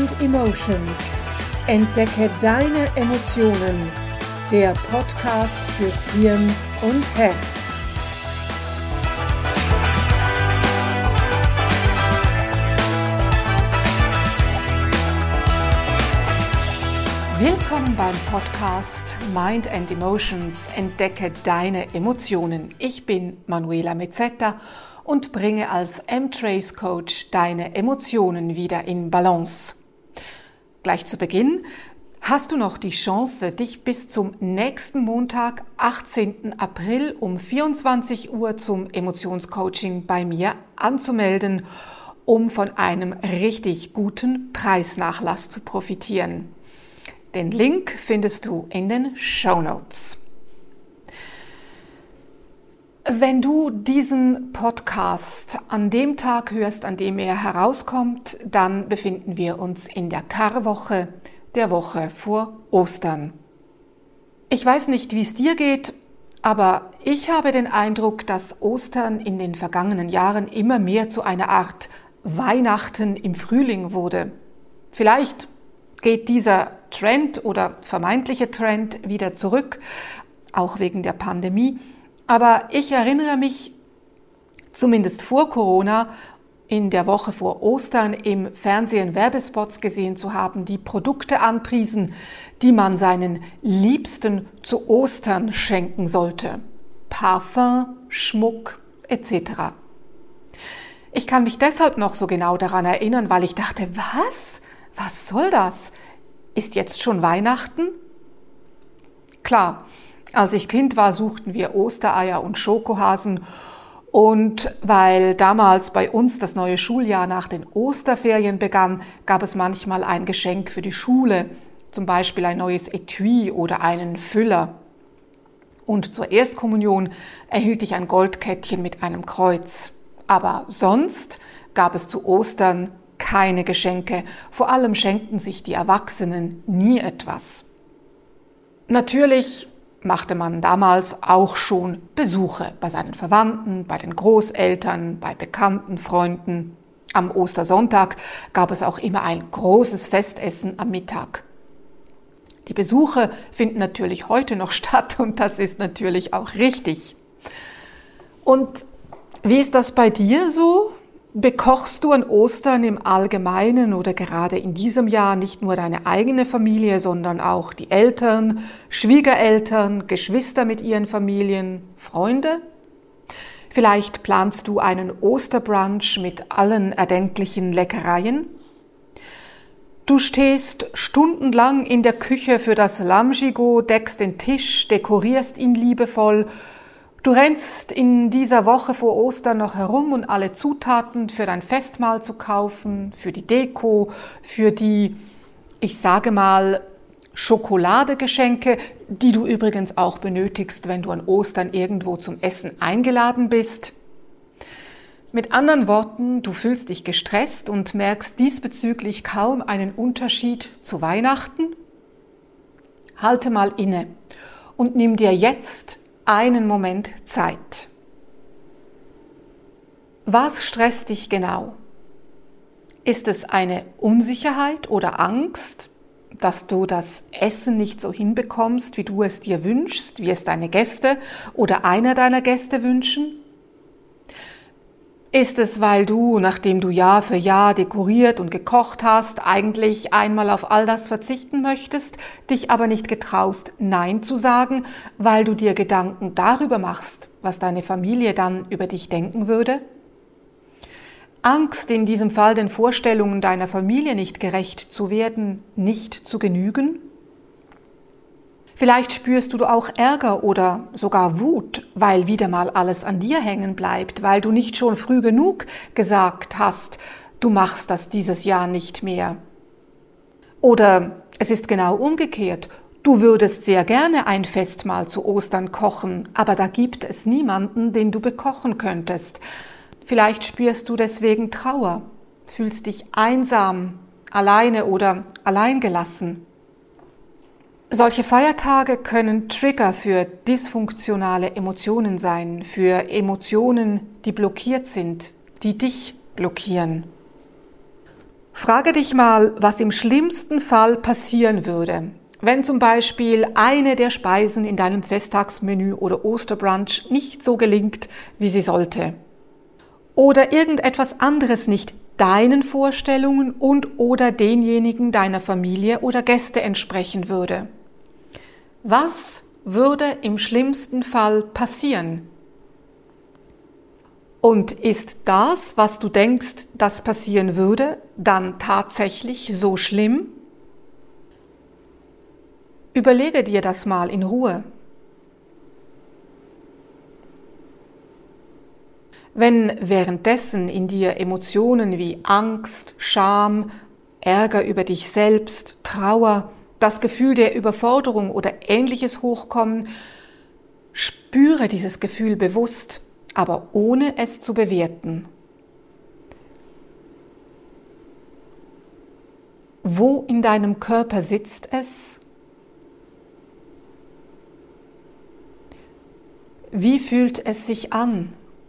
and Emotions. Entdecke deine Emotionen. Der Podcast fürs Hirn und Herz. Willkommen beim Podcast Mind and Emotions. Entdecke deine Emotionen. Ich bin Manuela Mezzetta und bringe als M-Trace Coach deine Emotionen wieder in Balance. Gleich zu Beginn hast du noch die Chance, dich bis zum nächsten Montag, 18. April um 24 Uhr zum Emotionscoaching bei mir anzumelden, um von einem richtig guten Preisnachlass zu profitieren. Den Link findest du in den Shownotes. Wenn du diesen Podcast an dem Tag hörst, an dem er herauskommt, dann befinden wir uns in der Karwoche, der Woche vor Ostern. Ich weiß nicht, wie es dir geht, aber ich habe den Eindruck, dass Ostern in den vergangenen Jahren immer mehr zu einer Art Weihnachten im Frühling wurde. Vielleicht geht dieser Trend oder vermeintliche Trend wieder zurück, auch wegen der Pandemie. Aber ich erinnere mich, zumindest vor Corona, in der Woche vor Ostern im Fernsehen Werbespots gesehen zu haben, die Produkte anpriesen, die man seinen Liebsten zu Ostern schenken sollte. Parfum, Schmuck etc. Ich kann mich deshalb noch so genau daran erinnern, weil ich dachte, was? Was soll das? Ist jetzt schon Weihnachten? Klar, als ich Kind war, suchten wir Ostereier und Schokohasen. Und weil damals bei uns das neue Schuljahr nach den Osterferien begann, gab es manchmal ein Geschenk für die Schule, zum Beispiel ein neues Etui oder einen Füller. Und zur Erstkommunion erhielt ich ein Goldkettchen mit einem Kreuz. Aber sonst gab es zu Ostern keine Geschenke, vor allem schenkten sich die Erwachsenen nie etwas. Natürlich machte man damals auch schon Besuche bei seinen Verwandten, bei den Großeltern, bei bekannten Freunden. Am Ostersonntag gab es auch immer ein großes Festessen am Mittag. Die Besuche finden natürlich heute noch statt und das ist natürlich auch richtig. Und wie ist das bei dir so? Bekochst du an Ostern im Allgemeinen oder gerade in diesem Jahr nicht nur deine eigene Familie, sondern auch die Eltern, Schwiegereltern, Geschwister mit ihren Familien, Freunde? Vielleicht planst du einen Osterbrunch mit allen erdenklichen Leckereien? Du stehst stundenlang in der Küche für das Lamm Gigot, deckst den Tisch, dekorierst ihn liebevoll. Du rennst in dieser Woche vor Ostern noch herum, um alle Zutaten für dein Festmahl zu kaufen, für die Deko, für die, ich sage mal, Schokoladegeschenke, die du übrigens auch benötigst, wenn du an Ostern irgendwo zum Essen eingeladen bist. Mit anderen Worten, du fühlst dich gestresst und merkst diesbezüglich kaum einen Unterschied zu Weihnachten? Halte mal inne und nimm dir jetzt einen Moment Zeit. Was stresst dich genau? Ist es eine Unsicherheit oder Angst, dass du das Essen nicht so hinbekommst, wie du es dir wünschst, wie es deine Gäste oder einer deiner Gäste wünschen? Ist es, weil du, nachdem du Jahr für Jahr dekoriert und gekocht hast, eigentlich einmal auf all das verzichten möchtest, dich aber nicht getraust, Nein zu sagen, weil du dir Gedanken darüber machst, was deine Familie dann über dich denken würde? Angst, in diesem Fall den Vorstellungen deiner Familie nicht gerecht zu werden, nicht zu genügen? Vielleicht spürst du auch Ärger oder sogar Wut, weil wieder mal alles an dir hängen bleibt, weil du nicht schon früh genug gesagt hast, du machst das dieses Jahr nicht mehr. Oder es ist genau umgekehrt, du würdest sehr gerne ein Festmahl zu Ostern kochen, aber da gibt es niemanden, den du bekochen könntest. Vielleicht spürst du deswegen Trauer, fühlst dich einsam, alleine oder alleingelassen. Solche Feiertage können Trigger für dysfunktionale Emotionen sein, für Emotionen, die blockiert sind, die dich blockieren. Frage dich mal, was im schlimmsten Fall passieren würde, wenn zum Beispiel eine der Speisen in deinem Festtagsmenü oder Osterbrunch nicht so gelingt, wie sie sollte. Oder irgendetwas anderes nicht deinen Vorstellungen und oder denjenigen deiner Familie oder Gäste entsprechen würde. Was würde im schlimmsten Fall passieren? Und ist das, was du denkst, das passieren würde, dann tatsächlich so schlimm? Überlege dir das mal in Ruhe. Wenn währenddessen in dir Emotionen wie Angst, Scham, Ärger über dich selbst, Trauer, das Gefühl der Überforderung oder Ähnliches hochkommen, spüre dieses Gefühl bewusst, aber ohne es zu bewerten. Wo in deinem Körper sitzt es? Wie fühlt es sich an?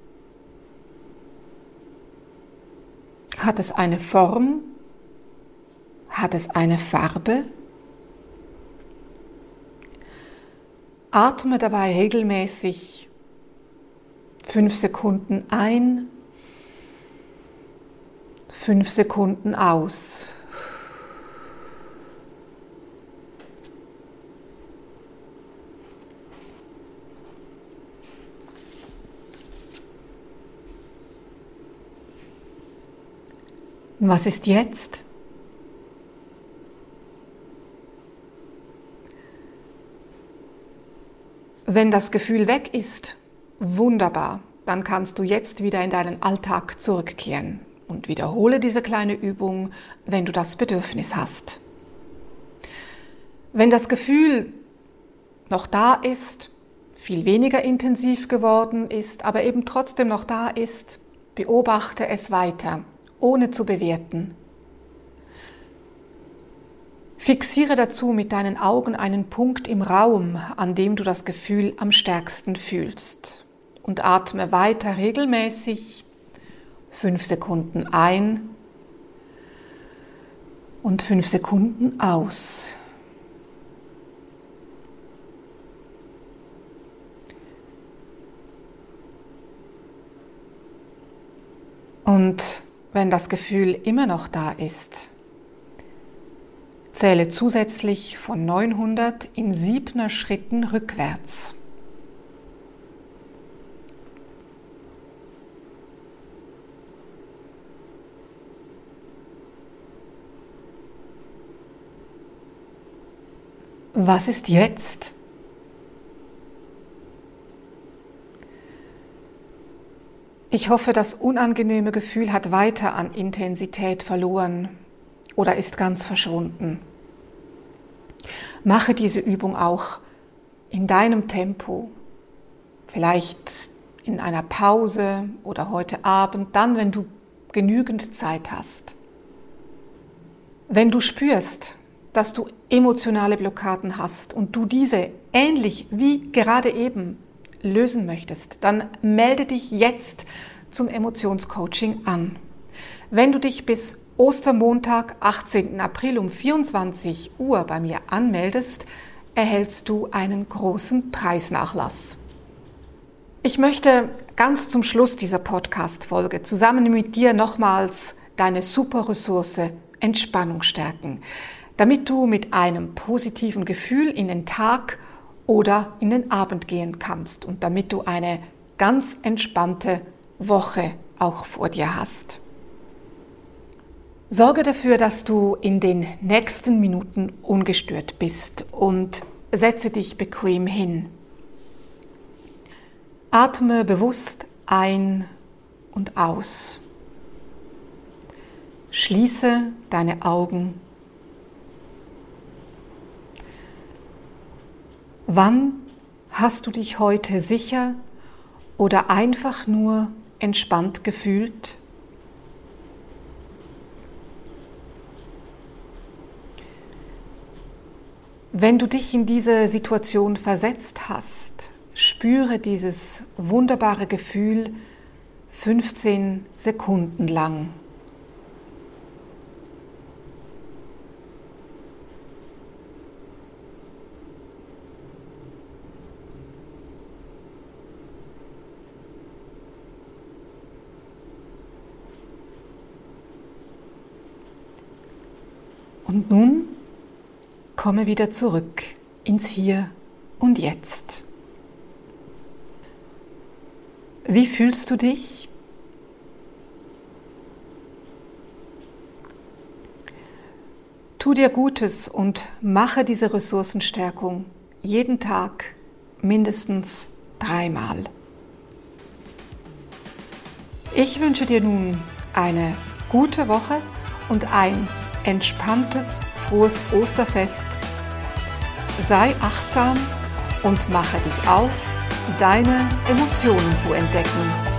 Hat es eine Form? Hat es eine Farbe? Atme dabei regelmäßig 5 Sekunden ein, 5 Sekunden aus. Und was ist jetzt? Wenn das Gefühl weg ist, wunderbar, dann kannst du jetzt wieder in deinen Alltag zurückkehren und wiederhole diese kleine Übung, wenn du das Bedürfnis hast. Wenn das Gefühl noch da ist, viel weniger intensiv geworden ist, aber eben trotzdem noch da ist, beobachte es weiter, ohne zu bewerten. Fixiere dazu mit deinen Augen einen Punkt im Raum, an dem du das Gefühl am stärksten fühlst. Und atme weiter regelmäßig 5 Sekunden ein und 5 Sekunden aus. Und wenn das Gefühl immer noch da ist, zähle zusätzlich von 900 in 7er Schritten rückwärts. Was ist jetzt? Ich hoffe, das unangenehme Gefühl hat weiter an Intensität verloren oder ist ganz verschwunden. Mache diese Übung auch in deinem Tempo, vielleicht in einer Pause oder heute Abend, dann, wenn du genügend Zeit hast. Wenn du spürst, dass du emotionale Blockaden hast und du diese ähnlich wie gerade eben lösen möchtest, dann melde dich jetzt zum Emotionscoaching an. Wenn du dich bis Ostermontag, 18. April um 24 Uhr bei mir anmeldest, erhältst du einen großen Preisnachlass. Ich möchte ganz zum Schluss dieser Podcast-Folge zusammen mit dir nochmals deine super Ressource Entspannung stärken, damit du mit einem positiven Gefühl in den Tag oder in den Abend gehen kannst und damit du eine ganz entspannte Woche auch vor dir hast. Sorge dafür, dass du in den nächsten Minuten ungestört bist und setze dich bequem hin. Atme bewusst ein und aus. Schließe deine Augen. Wann hast du dich heute sicher oder einfach nur entspannt gefühlt? Wenn du dich in diese Situation versetzt hast, spüre dieses wunderbare Gefühl 15 Sekunden lang. Und nun komme wieder zurück ins Hier und Jetzt. Wie fühlst du dich? Tu dir Gutes und mache diese Ressourcenstärkung jeden Tag mindestens 3-mal. Ich wünsche dir nun eine gute Woche und ein entspanntes, frohes Osterfest. Sei achtsam und mache dich auf, deine Emotionen zu entdecken.